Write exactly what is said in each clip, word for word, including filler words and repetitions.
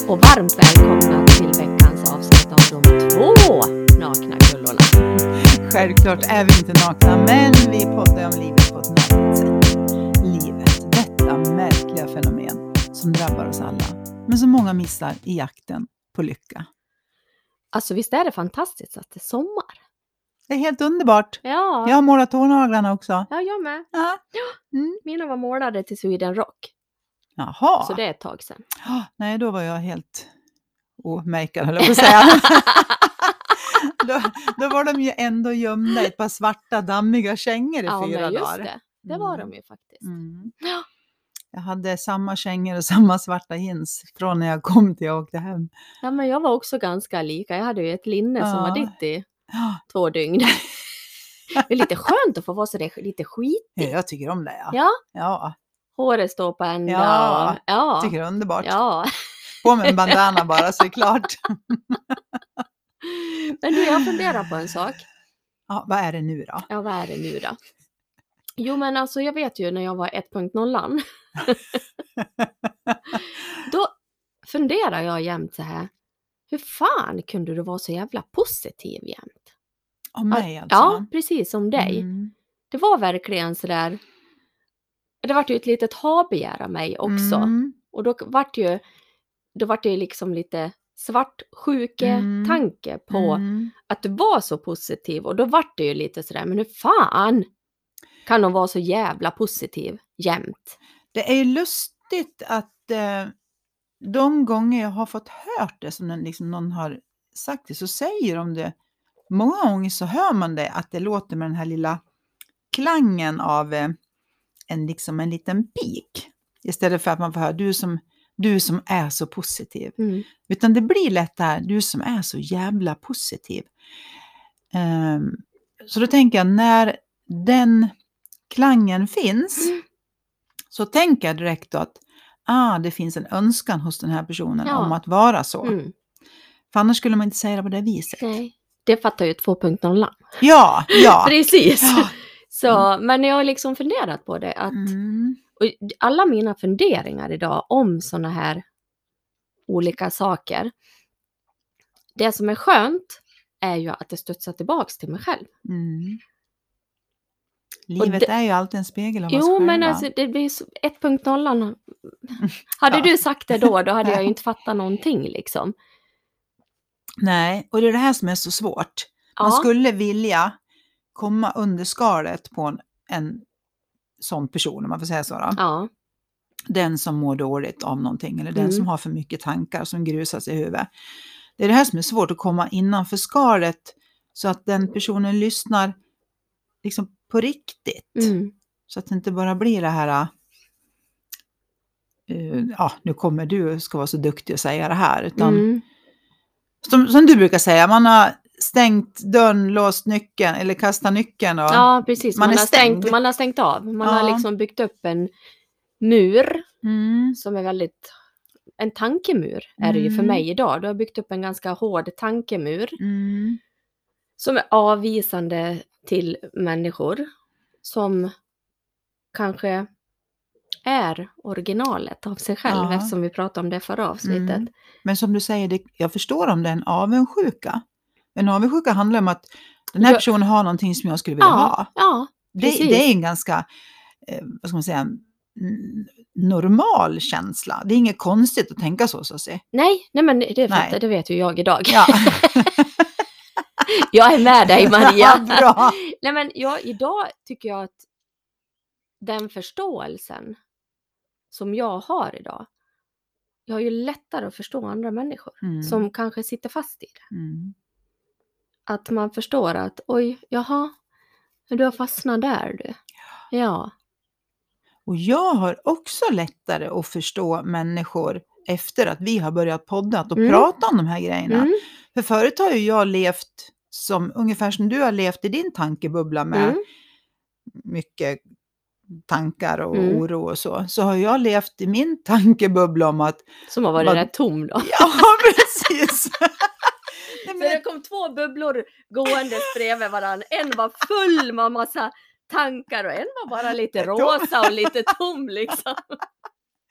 Och varmt välkomna till veckans avsnitt av de två nakna kullorna. Självklart är vi inte nakna, men vi poddar om livet på ett naket sätt. Livet, detta märkliga fenomen som drabbar oss alla, men som många missar i jakten på lycka. Alltså visst är det fantastiskt att det är sommar? Det är helt underbart. Ja, Jag har målat tånaglarna också. ja jag med. Ja. Mm. Mina var målade till Sweden Rock, Jaha. så det är ett tag sedan. Oh, nej, då var jag helt omärkad, höll jag på att säga. då, då var de ju ändå gömda i ett par svarta dammiga kängor i Ja, fyra men just dagar. det. Det var Mm. de ju faktiskt. Mm. Ja. Jag hade samma kängor och samma svarta jeans från när jag kom till jag åkte hem. Ja, men jag var också ganska lika. Jag hade ju ett linne som Ja. var ditt i Ja, två dygn. Det är lite skönt att få vara så där lite skitig. jag tycker om det. Ja, Ja, ja håret står på ända. Ja, och, ja. tycker det är underbart. Ja. På med en bandana bara så är det klart. Men du, jag funderar på en sak. Ja, vad är det nu då? Ja, vad är det nu då? Jo, men alltså jag vet ju när jag var ett punkt noll då funderar jag jämt så här. Hur fan kunde du vara så jävla positiv jämt? Om mig alltså? Ja, precis som dig. Mm. Det var verkligen så där. Det var ju ett litet habegär av mig också. Mm. Och då vart ju då vart det ju liksom lite svartsjuke Mm. tanke på Mm. att du var så positiv. Och då vart det ju lite sådär, men hur fan kan de vara så jävla positiv jämt? Det är ju lustigt att eh, de gånger jag har fått hört det som den, liksom, någon har sagt det, så säger de det. Många gånger så hör man det, att det låter med den här lilla klangen av eh, en, liksom en liten pik. Istället för att man får höra du som, du som är så positiv. Mm. Utan det blir lätt där, du som är så jävla positiv. Um, så då tänker jag, när den klangen finns, Mm. så tänker jag direkt då att ah, det finns en önskan hos den här personen Ja. om att vara så. Mm. För annars skulle man inte säga det på det viset. Nej, det fattar ju två punkt noll. Ja, ja. Precis. Ja. Så, men jag har liksom funderat på det. Att, Mm. och alla mina funderingar idag om såna här olika saker. Det som är skönt är ju att det studsar tillbaks till mig själv. Mm. Livet det- är ju alltid en spegel av oss Jo, själva. men alltså det blir så- ett punkt noll. Hade Ja. du sagt det då, då hade jag ju inte fattat någonting liksom. Nej, och det är det här som är så svårt. Man Ja. skulle vilja komma under skalet på en, en sån person, om man får säga så då. Ja. Den som mår dåligt av någonting, eller den Mm. som har för mycket tankar som grusas i huvudet. Det är det här som är svårt, att komma innanför skalet så att den personen lyssnar liksom på riktigt. Mm. Så att det inte bara blir det här, uh, ja, nu kommer du ska vara så duktig att säga det här, utan Mm. som, som du brukar säga, man har stängt dörren, låst nyckeln eller kastat nyckeln. Och, Ja, precis. Man Man, är har stängt, stängd. man har stängt av. Man har Ja. liksom byggt upp en mur mm, som är väldigt... En tankemur är det ju för Mm. mig idag. Du har byggt upp en ganska hård tankemur mm, som är avvisande till människor som kanske är originalet av sig själv, Ja. eftersom vi pratade om det förra avsnittet. Mm. Men som du säger, det, jag förstår om det är en avundsjuka. En avundsjuka handlar om att den här Ja. personen har någonting som jag skulle vilja Ja, ha. ja, Det, precis. det är en ganska, eh, vad ska man säga, n- normal känsla. Det är inget konstigt att tänka så, så att säga. Nej, nej men det, fattar, Nej. det vet ju jag idag. Ja, Jag är med dig, Maria. bra. Nej, men jag, idag tycker jag att den förståelsen som jag har idag, jag har ju lättare att förstå andra människor Mm. som kanske sitter fast i det. Mm. Att man förstår att, oj, jaha, men du har fastnat där du. Ja. Och jag har också lättare att förstå människor efter att vi har börjat podda och Mm. prata om de här grejerna. Mm. För förut har ju jag levt som, ungefär som du har levt i din tankebubbla med Mm. mycket tankar och Mm. oro och så. Så har jag levt i min tankebubbla om att, Som har varit Vad- rätt tom då. ja precis. Nej, Så men, det kom två bubblor gående bredvid varandra. En var full med massa tankar och en var bara lite rosa och lite tom liksom.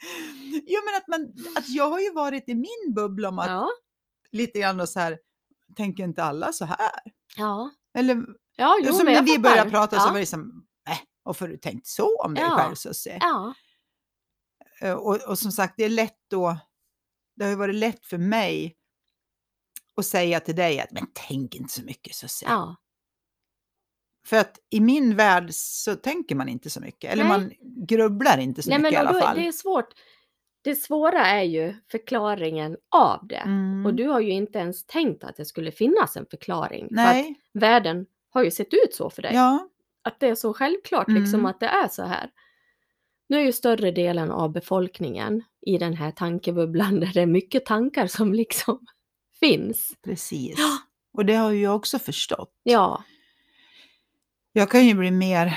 Jo, men att, man, att jag har ju varit i min bubbla om att Ja, lite grann och så här, tänker inte alla så här? ja, Eller ja, jo, som men när jag vi började fattar. prata så Ja, var det som, äh, varför har du tänkt så om dig Ja. själv, Susie? ja, Eh, Och, och som sagt, det är lätt då, det har ju varit lätt för mig att säga till dig att, men tänk inte så mycket, Susie. ja. För att i min värld så tänker man inte så mycket, eller Nej. man grubblar inte så Nej, mycket men i och alla då, fall. det är svårt. Det svåra är ju förklaringen av det. Mm. Och du har ju inte ens tänkt att det skulle finnas en förklaring. För Nej, att världen har ju sett ut så för dig. ja, Att det är så självklart Mm. liksom att det är så här. Nu är ju större delen av befolkningen i den här tankebubblan där det är mycket tankar som liksom finns. precis. Ja. Och det har ju jag också förstått. Ja, Jag kan ju bli mer...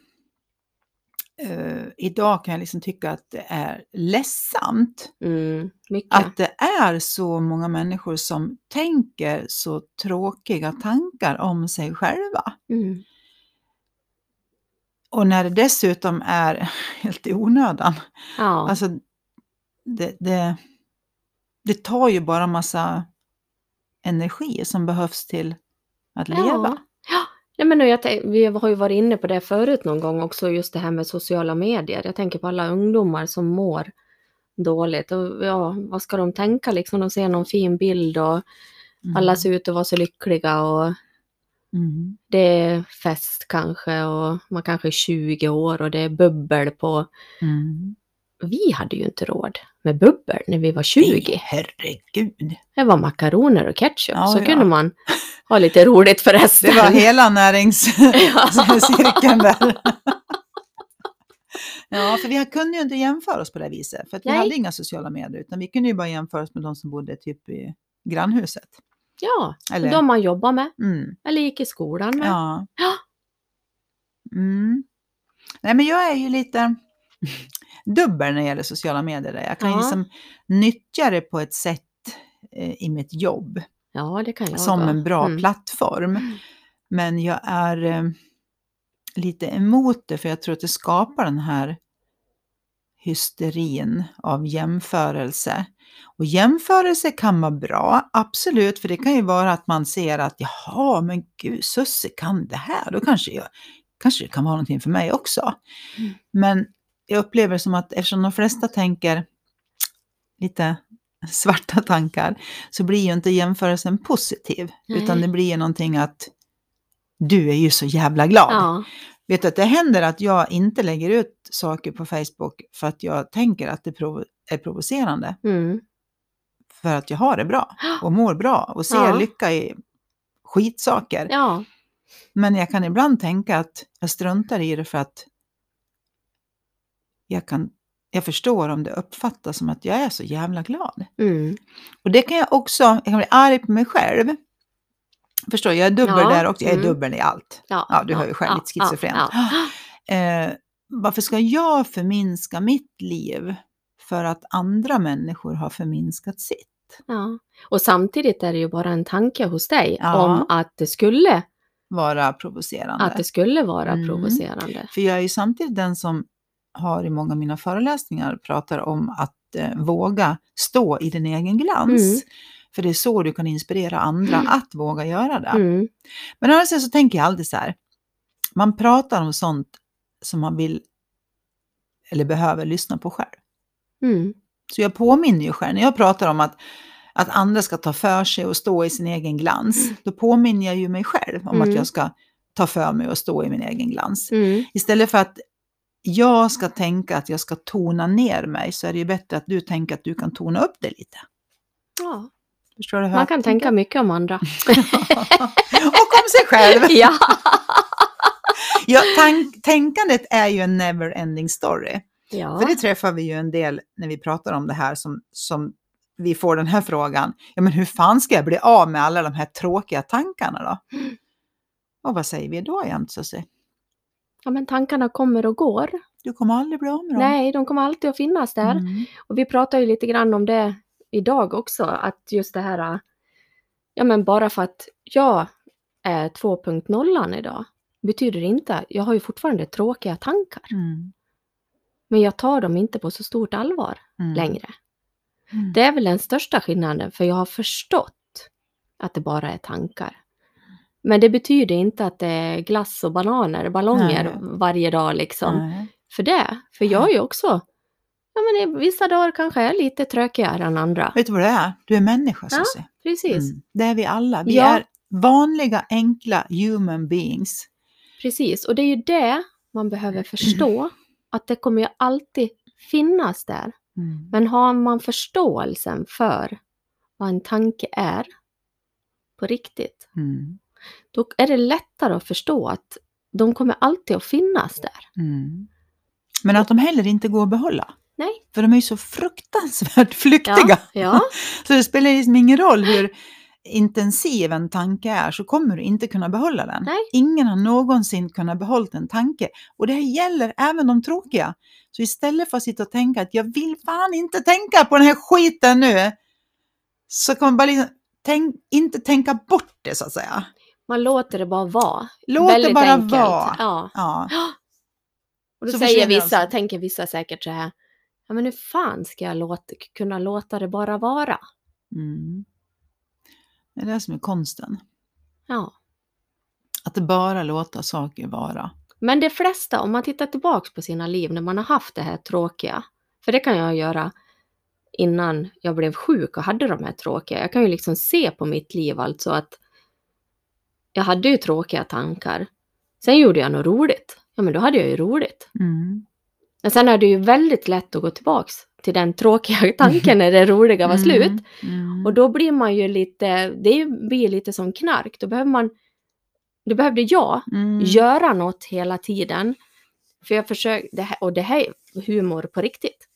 Uh, idag kan jag liksom tycka att det är ledsamt mm, mycket. att det är så många människor som tänker så tråkiga tankar om sig själva. Mm. Och när det dessutom är helt i onödan. Ja. Alltså, det, det, det tar ju bara massa energi som behövs till att leva. Ja. Ja. Nej, men nu, jag tänk, vi har ju varit inne på det förut någon gång också, just det här med sociala medier. Jag tänker på alla ungdomar som mår dåligt. Och ja, vad ska de tänka liksom? De ser någon fin bild och Mm. alla ser ut att vara så lyckliga och Mm. det är fest kanske och man kanske är tjugo år och det är bubbel på. Mm. Vi hade ju inte råd med bubbel när vi var tjugo. Nej, herregud. Det var makaroner och ketchup. Ja, så ja. kunde man ha lite roligt för resten. Det var hela näringscirkeln där. Ja, för vi kunde ju inte jämföra oss på det viset. För att vi Nej. hade inga sociala medier. Utan vi kunde ju bara jämföra oss med de som bodde typ i grannhuset. Ja, Eller- de man jobbar med. Mm. Eller gick i skolan med. Ja. Ja. Mm. Nej, men jag är ju lite dubbel när det gäller sociala medier. Där. Jag kan ju Ja. liksom nyttja det på ett sätt eh, i mitt jobb. Ja, det kan jag Som vara. en bra Mm. plattform. Men jag är eh, lite emot det, för jag tror att det skapar den här hysterin av jämförelse. Och jämförelse kan vara bra, absolut, för det kan ju vara att man ser att jaha, men gud, Susie kan det här, då kanske, jag, kanske det kan vara någonting för mig också. Mm. Men jag upplever som att eftersom de flesta tänker lite svarta tankar, så blir ju inte jämförelsen positiv, Nej. utan det blir ju någonting att du är ju så jävla glad. Ja. Vet du att det händer att jag inte lägger ut saker på Facebook för att jag tänker att det provo- är provocerande. Mm. För att jag har det bra och mår bra och ser Ja. lycka i skitsaker. Ja. Men jag kan ibland tänka att jag struntar i det för att jag, kan, jag förstår om det uppfattas som att jag är så jävla glad. Mm. Och det kan jag också, jag kan bli arg på mig själv. Förstår, jag är dubbel Ja, där också, jag är mm. dubbel i allt. Ja. Ja, du hör ju själv, ja, lite schizofren. Ja. Ja. Eh, varför ska jag förminska mitt liv för att andra människor har förminskat sitt? Ja. Och samtidigt är det ju bara en tanke hos dig Ja. om att det skulle, Vara provocerande. att det skulle vara Mm. provocerande. För jag är ju samtidigt den som har i många av mina föreläsningar pratar om att eh, våga stå i din egen glans. Mm. För det är så du kan inspirera andra Mm. att våga göra det. Mm. Men annars så tänker jag alltid så här. Man pratar om sånt som man vill eller behöver lyssna på själv. Mm. Så jag påminner ju själv, när jag pratar om att, att andra ska ta för sig och stå i sin egen glans, då påminner jag ju mig själv om Mm. att jag ska ta för mig och stå i min egen glans. Mm. Istället för att jag ska tänka att jag ska tona ner mig, så är det ju bättre att du tänker att du kan tona upp det lite. Ja. Förstår du hur Man jag kan tänker? tänka mycket om andra. Och om sig själv. Ja. Ja, tank- tänkandet är ju en never ending story. Ja. För det träffar vi ju en del när vi pratar om det här, som, som vi får den här frågan. Ja, men hur fan ska jag bli av med alla de här tråkiga tankarna då? Mm. Och vad säger vi då jämt, så se? Ja, men tankarna kommer och går. Du kommer aldrig bli av med dem. Nej, de kommer alltid att finnas där. Mm. Och vi pratar ju lite grann om det idag också, att just det här, ja men bara för att jag är två punkt noll idag, betyder det inte, jag har ju fortfarande tråkiga tankar. Mm. Men jag tar dem inte på så stort allvar Mm. längre. Mm. Det är väl den största skillnaden, för jag har förstått att det bara är tankar. Men det betyder inte att det är glass och bananer, ballonger Nej. varje dag liksom. Nej. För det, för jag är ju också, ja men i vissa dagar kanske är lite trökigare än andra. Vet du vad det är? Du är människa, Ja, Susie. precis. Mm. Det är vi alla. Vi Ja. är vanliga, enkla human beings. Precis, och det är ju det man behöver förstå, att det kommer ju alltid finnas där. Mm. Men har man förståelsen för vad en tanke är på riktigt, Mm. då är det lättare att förstå att de kommer alltid att finnas där. Mm. Men att de heller inte går att behålla. Nej. För de är ju så fruktansvärt flyktiga. Ja, ja. Så det spelar liksom ingen roll hur intensiv en tanke är, så kommer du inte kunna behålla den. Nej. Ingen har någonsin kunnat behålla en tanke. Och det här gäller även de tråkiga. Så istället för att sitta och tänka att jag vill fan inte tänka på den här skiten nu, så kommer man bara liksom, tänk, inte tänka bort det, så att säga. Man låter det bara vara. Låt Väldigt det bara enkelt. vara. Ja. Ja. Och då Så säger försvinner vissa, alltså. tänker vissa säkert så här, ja men hur fan ska jag låta, kunna låta det bara vara? Mm. Det är det som är konsten. Ja. Att det bara låter saker vara. Men de flesta, om man tittar tillbaks på sina liv när man har haft det här tråkiga, för det kan jag göra innan jag blev sjuk och hade de här tråkiga. Jag kan ju liksom se på mitt liv alltså att jag hade ju tråkiga tankar. Sen gjorde jag något roligt. Ja, men då hade jag ju roligt. Mm. Men sen är det ju väldigt lätt att gå tillbaks till den tråkiga tanken när det roliga var slut. Mm. Och då blir man ju lite, det blir lite som knark. Då behöver man, då behövde jag Mm. göra något hela tiden. För jag försöker, det här, och det här är humor på riktigt.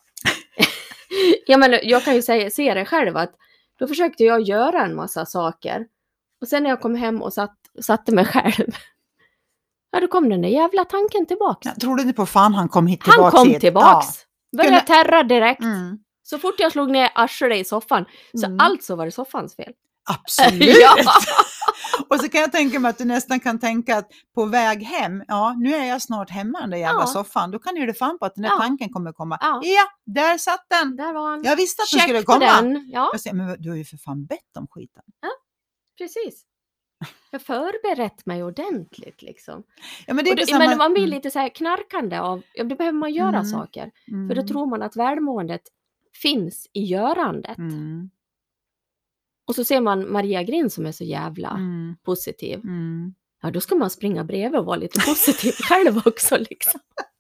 Ja, men jag kan ju säga, se det själv att då försökte jag göra en massa saker. Och sen när jag kom hem och satt, satte mig själv, ja då kom den där jävla tanken tillbaks. Jag trodde inte på fan han kom hit tillbaks. Han kom hit. tillbaks. Började Kunde- terra direkt. Ja. Mm. Så fort jag slog ner arslet i soffan. Så Mm. alltså var det soffans fel. Absolut. Ja. Och så kan jag tänka mig att du nästan kan tänka att på väg hem, ja nu är jag snart hemma i den där jävla Ja. soffan. Då kan du ju det fan på att den där Ja. tanken kommer komma. Ja. Ja, där satt den. Där var han. Jag visste att den Check skulle på komma. den. Ja, Jag säger, men du har ju för fan bett om skiten. precis. Jag har förberett mig ordentligt liksom. Ja, men det är Och det, på samma... men man blir Mm. lite så här knarkande av, ja, då behöver man göra Mm. saker. Mm. För då tror man att välmåendet finns i görandet. Mm. Och så ser man Maria Grind som är så jävla Mm. positiv. Mm. Ja, då ska man springa bredvid och vara lite positiv själv också liksom.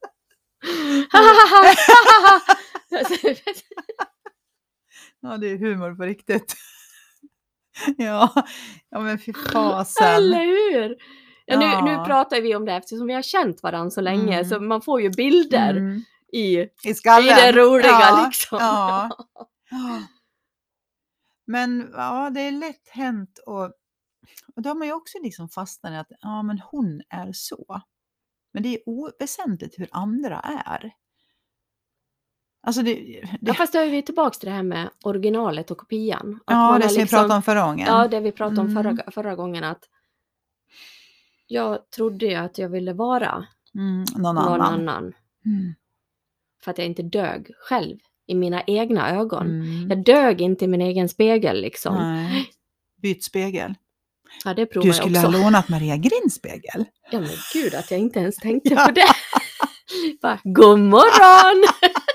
Ja, det är humor på riktigt. Ja, ja men fy fasen. Eller hur? Ja, nu, Ja. nu pratar vi om det eftersom vi har känt varandra så länge. Mm. Så man får ju bilder Mm. i, I i skallen. det roliga Ja, liksom. Ja. Ja. Men ja, det är lätt hänt och, och då har man ju också liksom fastnat i att ja, men hon är så. Men det är oväsentligt hur andra är. Alltså det, det Ja, fast då är vi tillbaka till det här med originalet och kopian. Att ja, man det är som vi liksom- pratade om förra gången. Ja, det vi pratade om Mm. förra, förra gången. Att jag trodde ju att jag ville vara Mm, någon någon annan. annan. Mm. För att jag inte dög själv i mina egna ögon. Mm. Jag dög inte i min egen spegel liksom. Nej. Byt spegel. Ja, det provar Du jag skulle också. ha lånat Maria Grinds spegel. Ja men gud att jag inte ens tänkte på det. Bara, god morgon!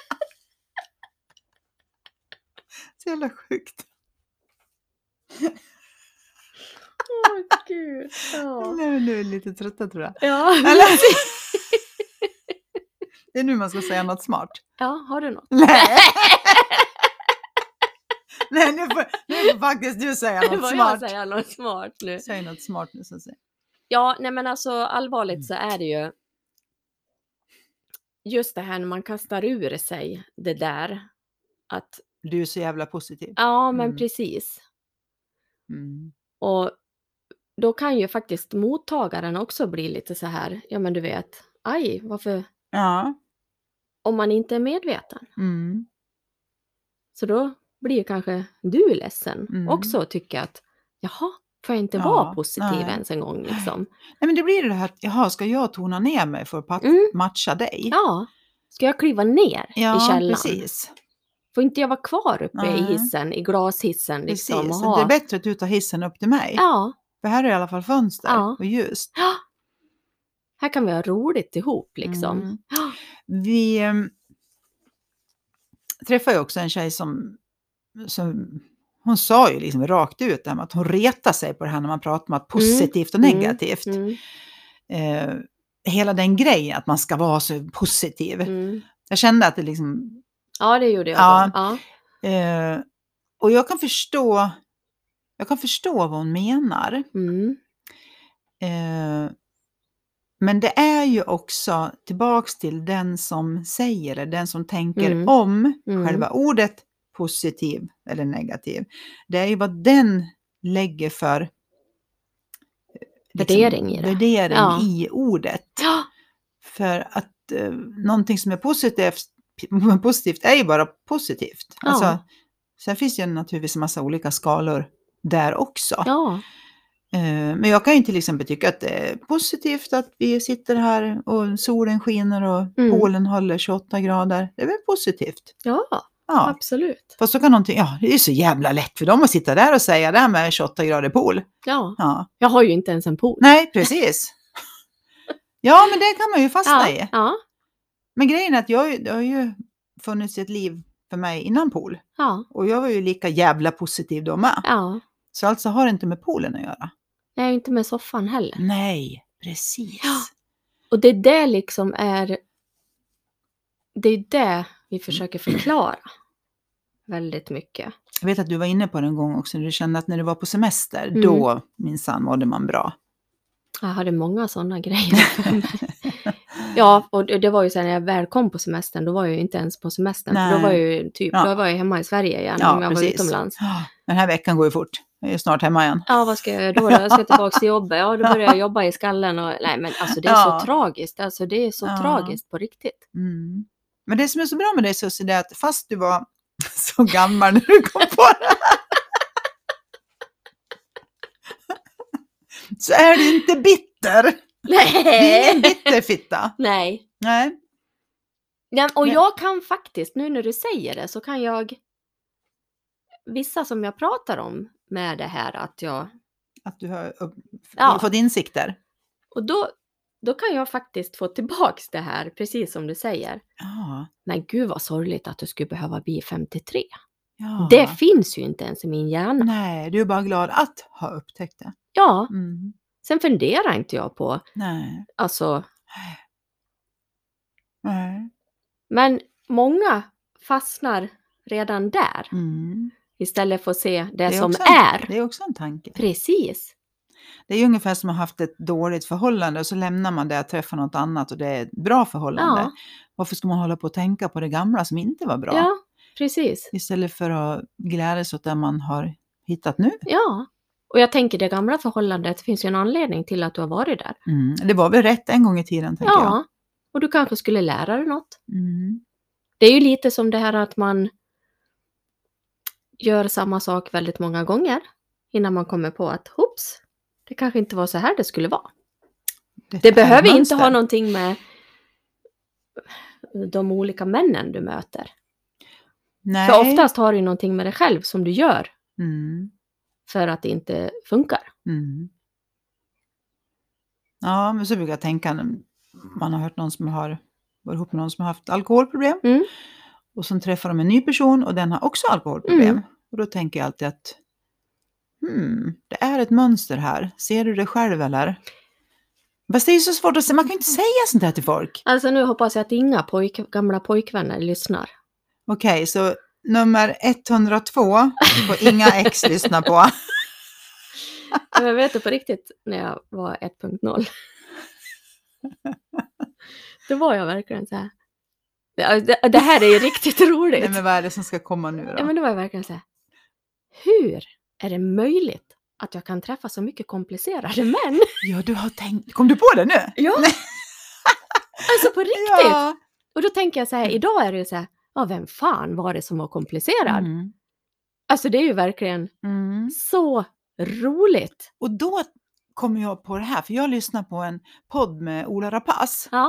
Så jävla sjukt. Åh gud. Ja. Nej, men nu är lite trötta tror jag. Ja. Eller? Det är nu man ska säga något smart. Ja, har du något? Nej. Nej, nu får, nu får faktiskt du säga Det något var jag smart. säga något smart nu. Säg något smart nu så att säga. Ja, nej men alltså allvarligt så är det ju just det här när man kastar ur sig det där att Du är så jävla positiv. ja men Mm. precis. Mm. Och då kan ju faktiskt mottagaren också bli lite så här, ja men du vet, aj, varför, Ja. om man inte är medveten. Mm. Så då blir kanske du ledsen Mm. också och tycker att jaha, får jag inte Ja, vara positiv nej. ens en gång liksom. Nej, men det blir det här, jaha, ska jag tona ner mig för att pat- Mm. matcha dig? Ja, Ska jag kliva ner Ja, i källaren? precis. Får inte jag vara kvar uppe Nej. i hissen, i glashissen liksom? Precis. Och Det är ha... bättre att du tar hissen upp till mig. Ja, För här är i alla fall fönster Ja. och ljust. här kan vi ha roligt ihop liksom. Mm. Ja. Vi um, träffade ju också en tjej som, som hon sa ju liksom rakt ut det här med att hon retar sig på det här när man pratar om att positivt och Mm, negativt. Mm. Eh, hela den grejen att man ska vara så positiv. Mm. Jag kände att det liksom... Ja, det gjorde jag. Ja. Ja. Eh, och jag kan förstå jag kan förstå vad hon menar. Mm. Eh, men det är ju också tillbaks till den som säger det, den som tänker Mm. om Mm. själva ordet positiv eller negativ. Det är ju vad den lägger för Värdering i det. värdering Ja. i ordet. Ja. För att eh, någonting som är positivt, positivt är ju bara positivt. Ja. Alltså, sen finns det ju naturligtvis en massa olika skalor där också. Ja. Eh, men jag kan ju till exempel tycka att det är positivt att vi sitter här och solen skiner och Mm. Polen håller tjugoåtta grader. Det är väl positivt? Ja, Ja. absolut. Fast så kan någonting, ja det är ju så jävla lätt för dem att sitta där och säga det här med tjugoåtta grader pool. Ja. Ja. Jag har ju inte ens en pool. Nej, precis. Ja, men det kan man ju fastna Ja. i. Ja. Men grejen är att jag, det har ju funnits ett liv för mig innan pool. Ja. Och jag var ju lika jävla positiv då med. Ja. Så alltså har det inte med poolen att göra. Jag är ju inte med soffan heller. Nej, precis. Ja. Och det är det liksom är... Det är det vi försöker förklara. Väldigt mycket. Jag vet att du var inne på det en gång också. När du kände att när du var på semester, Mm. då minsann mådde man bra. Jag hade många sådana grejer. Ja, och det var ju så när jag väl kom på semestern, då var jag ju inte ens på semestern. För då Nej. var jag ju typ, Ja. då var jag hemma i Sverige igen Ja, om jag precis. var utomlands. Ja, den här veckan går ju fort. Jag är snart hemma igen. Ja, vad ska jag göra då? Jag ska tillbaka till jobbet. Ja, då börjar jag jobba i skallen. Och, nej, men alltså det är Ja. så tragiskt. Alltså det är så Ja. tragiskt på riktigt. Mm. Men det som är så bra med dig Susie, det är att fast du var så gammal när du kom på det, så är du inte bitter. Nej! Det är ingen bitterfitta. Nej. Nej. Ja, och Nej. jag kan faktiskt, nu när du säger det, så kan jag... Vissa som jag pratar om med det här att jag... Att du har upp, Ja. fått insikter. Och då, då kan jag faktiskt få tillbaks det här, precis som du säger. Ja. Men gud vad sorgligt att du skulle behöva bli femtiotre. Ja. Det finns ju inte ens i min hjärna. Nej, du är bara glad att ha upptäckt det. Ja, Mm. sen funderar inte jag på, Nej. alltså, Nej. men många fastnar redan där. Mm. Istället för att se det, Det är som också en- är. Det är också en tanke. Precis. Det är ju ungefär som att ha haft ett dåligt förhållande och så lämnar man det och träffar något annat och det är ett bra förhållande. Ja, Varför ska man hålla på och tänka på det gamla som inte var bra? ja, precis. Istället för att glädjas åt det man har hittat nu. Ja. Och jag tänker det gamla förhållandet finns ju en anledning till att du har varit där. Mm. Det var väl rätt en gång i tiden, tänker jag. Ja, och du kanske skulle lära dig något. Mm. Det är ju lite som det här att man gör samma sak väldigt många gånger innan man kommer på att hopps, det kanske inte var så här det skulle vara. Det, Det är behöver inte mönster. ha någonting med de olika männen du möter. Nej. För oftast har det ju någonting med dig själv som du gör Mm. för att det inte funkar. Mm. Ja, men så brukar jag tänka när man har hört någon som har varit ihop med någon som har haft alkoholproblem. Mm. Och så träffar de en ny person och den har också alkoholproblem. Mm. Och då tänker jag alltid att hmm, det är ett mönster här. Ser du det själv eller? Fast det är ju så svårt att säga. Man kan ju inte säga sånt här till folk. Alltså nu hoppas jag att inga pojk, gamla pojkvänner lyssnar. Okej, så nummer etthundratvå får inga ex lyssna på. Men jag vet det på riktigt när jag var ett punkt noll. Då var jag verkligen så här. Det, det, det här är ju riktigt roligt. Nej, men vad är det som ska komma nu då? Ja, men då var jag verkligen så här. Hur är det möjligt att jag kan träffa så mycket komplicerade män? Ja, du har tänkt... Kom du på det nu? Ja. Alltså på riktigt. Ja. Och då tänker jag så här, idag är det ju så här, ja, vem fan var det som var komplicerad? Mm. Alltså det är ju verkligen Mm. så roligt. Och då kommer jag på det här, för jag lyssnar på en podd med Ola Rapace. Ja.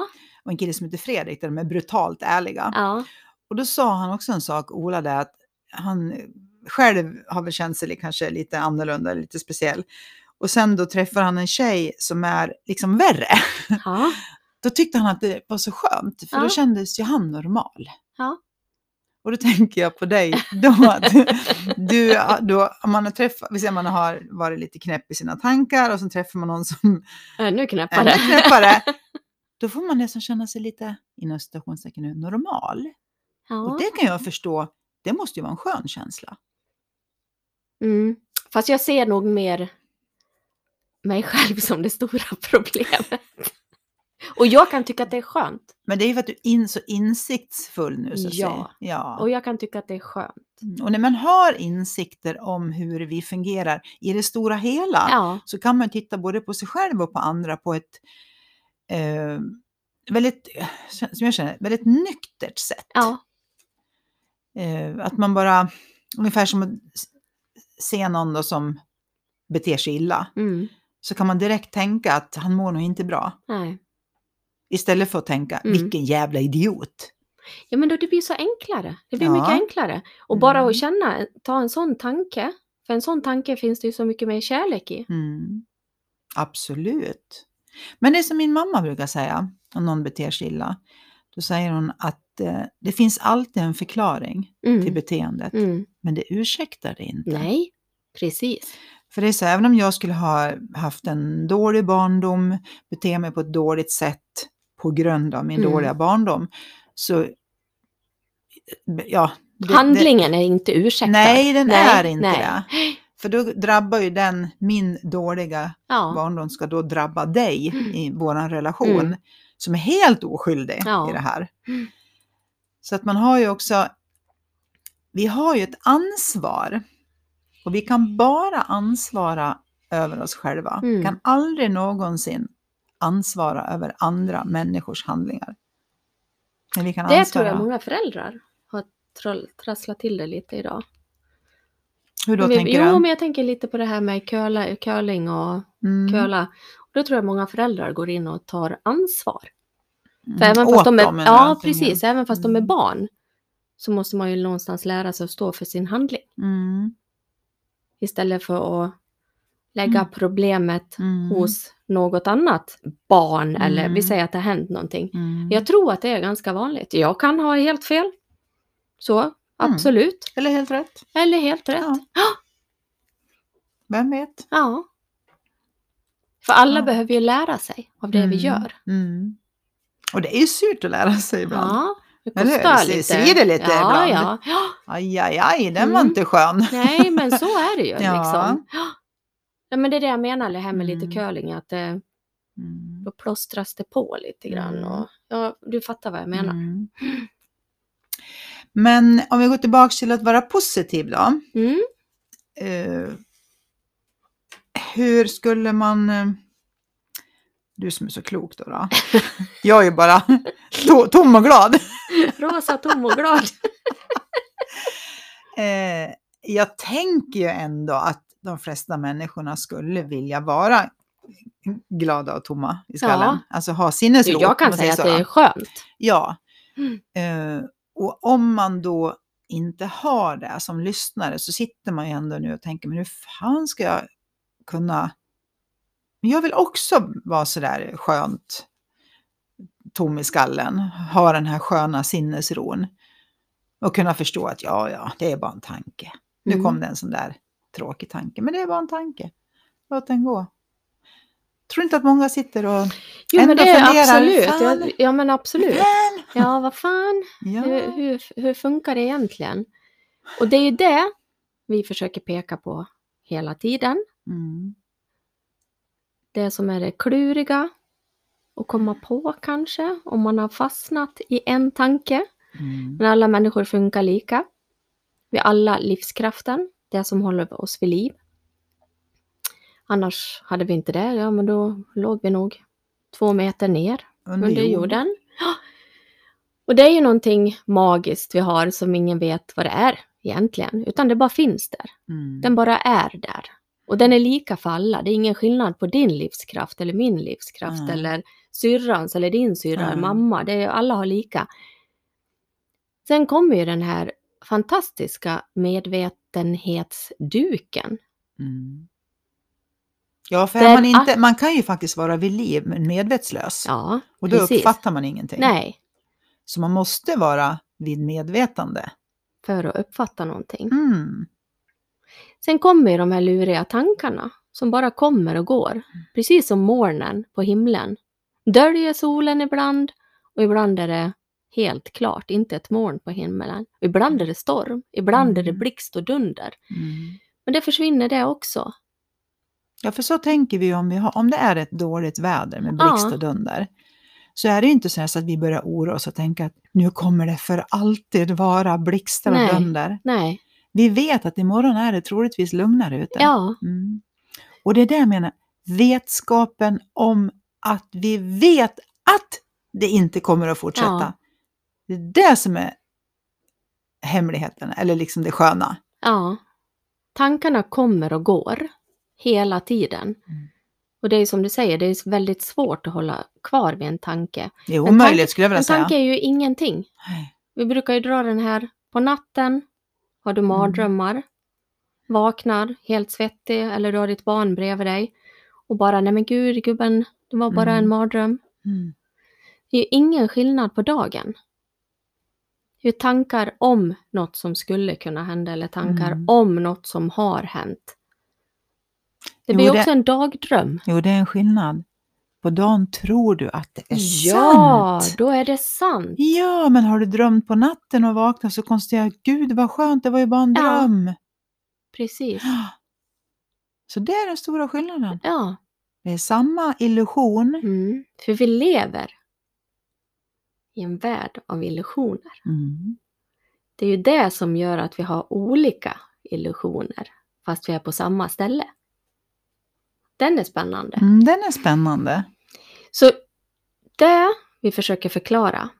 och en kille som heter Fredrik, där de är brutalt ärliga. Ja. Och då sa han också en sak, Ola, där att han själv har väl känt sig kanske lite annorlunda, lite speciell. Och sen då träffar han en tjej som är liksom värre. Ja. Då tyckte han att det var så skönt, för Ja. då kändes ju han normal. Ja. Och då tänker jag på dig då att du, då, om man har träffat, vi säger man har varit lite knäpp i sina tankar och så träffar man någon som Ännu knäppare. är knäppare, då får man nästan känna sig lite, inom citationstecken nu, normal. Ja. Och det kan jag förstå, det måste ju vara en skön känsla. Mm. Fast jag ser nog mer mig själv som det stora problemet. Och jag kan tycka att det är skönt. Men det är ju för att du är in, så insiktsfull nu, så att Ja. säga. Ja. Och jag kan tycka att det är skönt. Och när man har insikter om hur vi fungerar i det stora hela, Ja. så kan man titta både på sig själv och på andra på ett eh, väldigt, som jag känner, väldigt nyktert sätt. Ja. Eh, att man bara, ungefär som att se någon då som beter sig illa, Mm. så kan man direkt tänka att han mår nog inte bra. Nej. Istället för att tänka, Mm. vilken jävla idiot. Ja, men då det blir så enklare. Det blir Ja. mycket enklare. Och bara Mm. att känna, ta en sån tanke. För en sån tanke finns det ju så mycket mer kärlek i. Mm. Absolut. Men det är som min mamma brukar säga, om någon beter sig illa, då säger hon att eh, det finns alltid en förklaring Mm. till beteendet, Mm. men det ursäktar det inte. Nej, precis. För det är så, även om jag skulle ha haft en dålig barndom, bete mig på ett dåligt sätt på grund av min Mm. dåliga barndom, så ja. Det, Handlingen är inte det, ursäktad. nej, den Nej, är inte nej. det. För då drabbar ju den, min dåliga Ja. barndom ska då drabba dig Mm. i våran relation, Mm. som är helt oskyldig Ja. i det här. Mm. Så att man har ju också, vi har ju ett ansvar, och vi kan bara ansvara över oss själva. Mm. Vi kan aldrig någonsin ansvara över andra människors handlingar. Men vi kan Det ansvara. tror jag många föräldrar har troll- trasslat till det lite idag. Hur då Men vi, tänker jo, du? men jag tänker lite på det här med curla, curling och Mm. curla. Och då tror jag många föräldrar går in och tar ansvar. Mm. För även Åt fast de är, dem, eller ja, någonting. precis. Även fast de är Mm. barn så måste man ju någonstans lära sig att stå för sin handling. Mm. Istället för att lägga Mm. problemet Mm. hos något annat barn. Eller Mm. vi säger att det har hänt någonting. Mm. Jag tror att det är ganska vanligt. Jag kan ha helt fel. Så, absolut. Eller helt rätt. Eller helt rätt. Ja. Ja. Vem vet? ja. För alla Ja. behöver ju lära sig av det vi Mm. gör. Mm. Och det är ju surt att lära sig ibland. Ja, det Eller hur? kostar Det lite. svider lite ja, ibland. Ja, ja. Aj, aj, aj, den var Mm. inte skön. Nej, men så är det ju Ja. liksom. Ja, men det är det jag menar, det här med Mm. lite curling. Att det, Mm. då plåstras det på lite grann. Mm. Och, ja, du fattar vad jag menar. Mm. Men om vi går tillbaka till att vara positiv då. Mm. Eh, hur skulle man... Eh, du som är så klok då. då. Jag är ju bara to- tom och glad. Rosa, tom och glad. Eh, jag tänker ju ändå att de flesta människorna skulle vilja vara glada och tomma i skallen. Ja. Alltså ha sinnesro. Jag om kan man säga säger att så. det är skönt. Ja. Mm. Eh, och om man då inte har det som lyssnare, så sitter man ju ändå nu och tänker, men hur fan ska jag kunna... Men jag vill också vara sådär skönt tom i skallen. Ha den här sköna sinnesron. Och kunna förstå att ja, ja, det är bara en tanke. Nu Mm. kom det en sån där tråkig tanke, men det är bara en tanke. Låt den gå. Tror inte att många sitter och Jo, men ändå det är funderar, absolut. fan, Ja, ja, men absolut. fan. Ja, vad fan. Ja. Hur, hur, hur funkar det egentligen? Och det är ju det vi försöker peka på hela tiden. Mm. Det som är det kluriga att komma på kanske. Om man har fastnat i en tanke. Mm. Men alla människor funkar lika. Vi har alla livskraften. Det som håller oss vid liv. Annars hade vi inte det. Ja, men då låg vi nog två meter ner Under under jord. jorden. Ja. Och det är ju någonting magiskt vi har som ingen vet vad det är egentligen. Utan det bara finns där. Mm. Den bara är där. Och den är lika för alla. Det är ingen skillnad på din livskraft eller min livskraft. Mm. Eller syrrans eller din syrra, Mm. mamma. Det är, alla har lika. Sen kommer ju den här fantastiska medvetenhetsduken. Mm. Ja, för Där är man, inte, att- man kan ju faktiskt vara vid liv men medvetslös. Ja, och då precis. uppfattar man ingenting. Nej, Så man måste vara vid medvetande. för att uppfatta någonting. Mm. Sen kommer ju de här luriga tankarna som bara kommer och går. Precis som molnen på himlen. Döljer solen ibland och ibland är det helt klart, inte ett moln på himlen. Ibland är det storm, ibland är det Mm. blixt och dunder. Mm. Men det försvinner det också. Ja, för så tänker vi om, vi har, om det är ett dåligt väder med blixt Ja. och dunder. Så är det inte så, här så att vi börjar oroa oss och tänka att nu kommer det för alltid vara blixtar och Nej. dunder. Nej, Vi vet att imorgon är det troligtvis lugnare ute. ja, Mm. Och det är det jag menar. Vetskapen om att vi vet att det inte kommer att fortsätta. Ja. Det är det som är hemligheten, eller liksom det sköna. ja. Tankarna kommer och går hela tiden. Mm. Och det är som du säger, det är väldigt svårt att hålla kvar vid en tanke. Det är En omöjligt tanke- skulle jag vilja En säga. tanke är ju ingenting. Nej. Vi brukar ju dra den här på natten. Har du mardrömmar? Vaknar helt svettig eller du har ditt barn bredvid dig. Och bara, nej men gud gubben, det var bara Mm. en mardröm. Mm. Det är ju ingen skillnad på dagen. Det är tankar om något som skulle kunna hända eller tankar Mm. om något som har hänt. Det Jo, blir det- också en dagdröm. Jo, det är en skillnad. På dagen tror du att det är Ja, sant. då är det sant. Ja, men har du drömt på natten och vaknat så konstaterar gud vad skönt, det var ju bara en Ja. dröm. Precis. Så det är den stora skillnaden. Ja, Det är samma illusion. mm. för vi lever i en värld av illusioner. Mm. Det är ju det som gör att vi har olika illusioner fast vi är på samma ställe. Den är spännande. Mm, den är spännande. Så det vi försöker förklara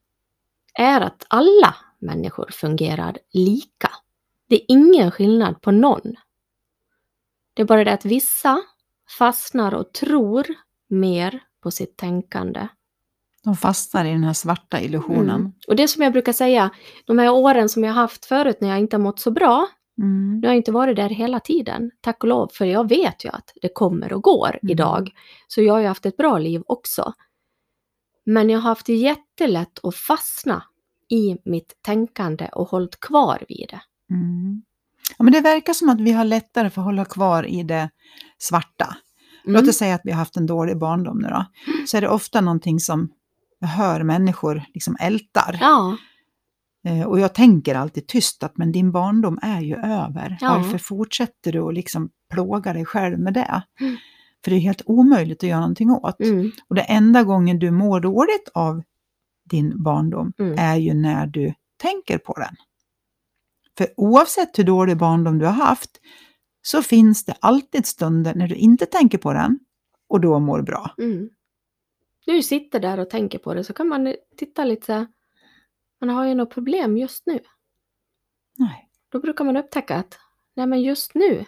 är att alla människor fungerar lika. Det är ingen skillnad på någon. Det är bara det att vissa fastnar och tror mer på sitt tänkande. De fastnar i den här svarta illusionen. Mm. Och det som jag brukar säga, de här åren som jag har haft förut när jag inte har mått så bra, Mm. nu har jag inte varit där hela tiden, tack och lov, för jag vet ju att det kommer och går Mm. idag. Så jag har ju haft ett bra liv också. Men jag har haft det jättelätt att fastna i mitt tänkande och hållit kvar vid det. Mm. Ja, men det verkar som att vi har lättare för att hålla kvar i det svarta. Mm. Låt oss säga att vi har haft en dålig barndom nu då. Så är det ofta någonting som jag hör människor liksom ältar. Ja, Eh, och jag tänker alltid tyst att men din barndom är ju över. Ja. Varför fortsätter du att liksom plåga dig själv med det? Mm. För det är helt omöjligt att göra någonting åt. mm. Och det enda gången du mår dåligt av din barndom Mm. är ju när du tänker på den. För oavsett hur dålig barndom du har haft så finns det alltid stunder när du inte tänker på den och då mår bra. Mm. När du sitter där och tänker på det så kan man titta lite så här, man har ju något problem just nu. Nej. Då brukar man upptäcka att nej men just nu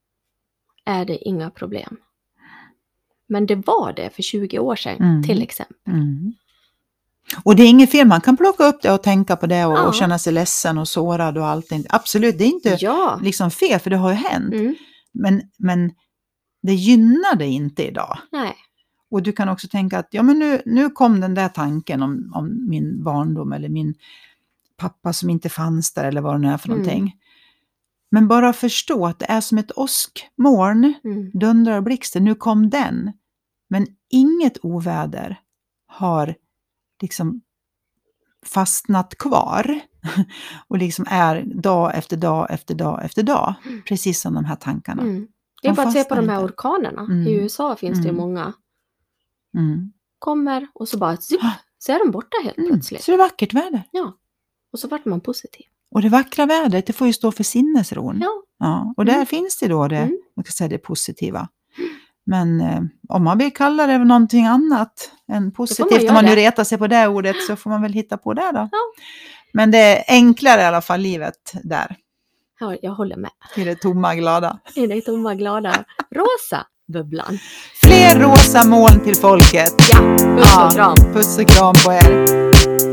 är det inga problem. Men det var det för tjugo år sedan Mm. till exempel. Mm. Och det är inget fel, man kan plocka upp det och tänka på det och, Ja. och känna sig ledsen och sårad och allting. Absolut, det är inte Ja. liksom fel för det har ju hänt. Mm. Men, men det gynnar dig inte idag. Nej. Och du kan också tänka att ja, men nu, nu kom den där tanken om, om min barndom eller min pappa som inte fanns där eller vad det nu är för Mm. någonting. Men bara förstå att det är som ett åskmoln, Mm. dundrar och blixten, nu kom den. Men inget oväder har liksom fastnat kvar och liksom är dag efter dag efter dag efter dag. Precis som de här tankarna. Mm. Det är De bara att se på fastnar de här inte. orkanerna. Mm. I U S A finns det ju Mm. många. Mm. Kommer och så bara zip, så är de borta helt Mm. plötsligt. Så det är vackert väder. Ja. Och så vart man positiv. Och det vackra vädret, det får ju stå för sinnesron. Ja. Ja, och där Mm. finns det då det, Mm. man kan säga det positiva. Men eh, om man vill kalla det någonting annat än positivt, göra om man nu det. retar sig på det ordet, så får man väl hitta på det då. Ja. Men det är enklare i alla fall livet där, Ja, jag håller med. i det tomma glada. I det tomma glada rosa. bubblan. Fler rosa moln till folket. Ja, puss och kram. Puss och kram på er.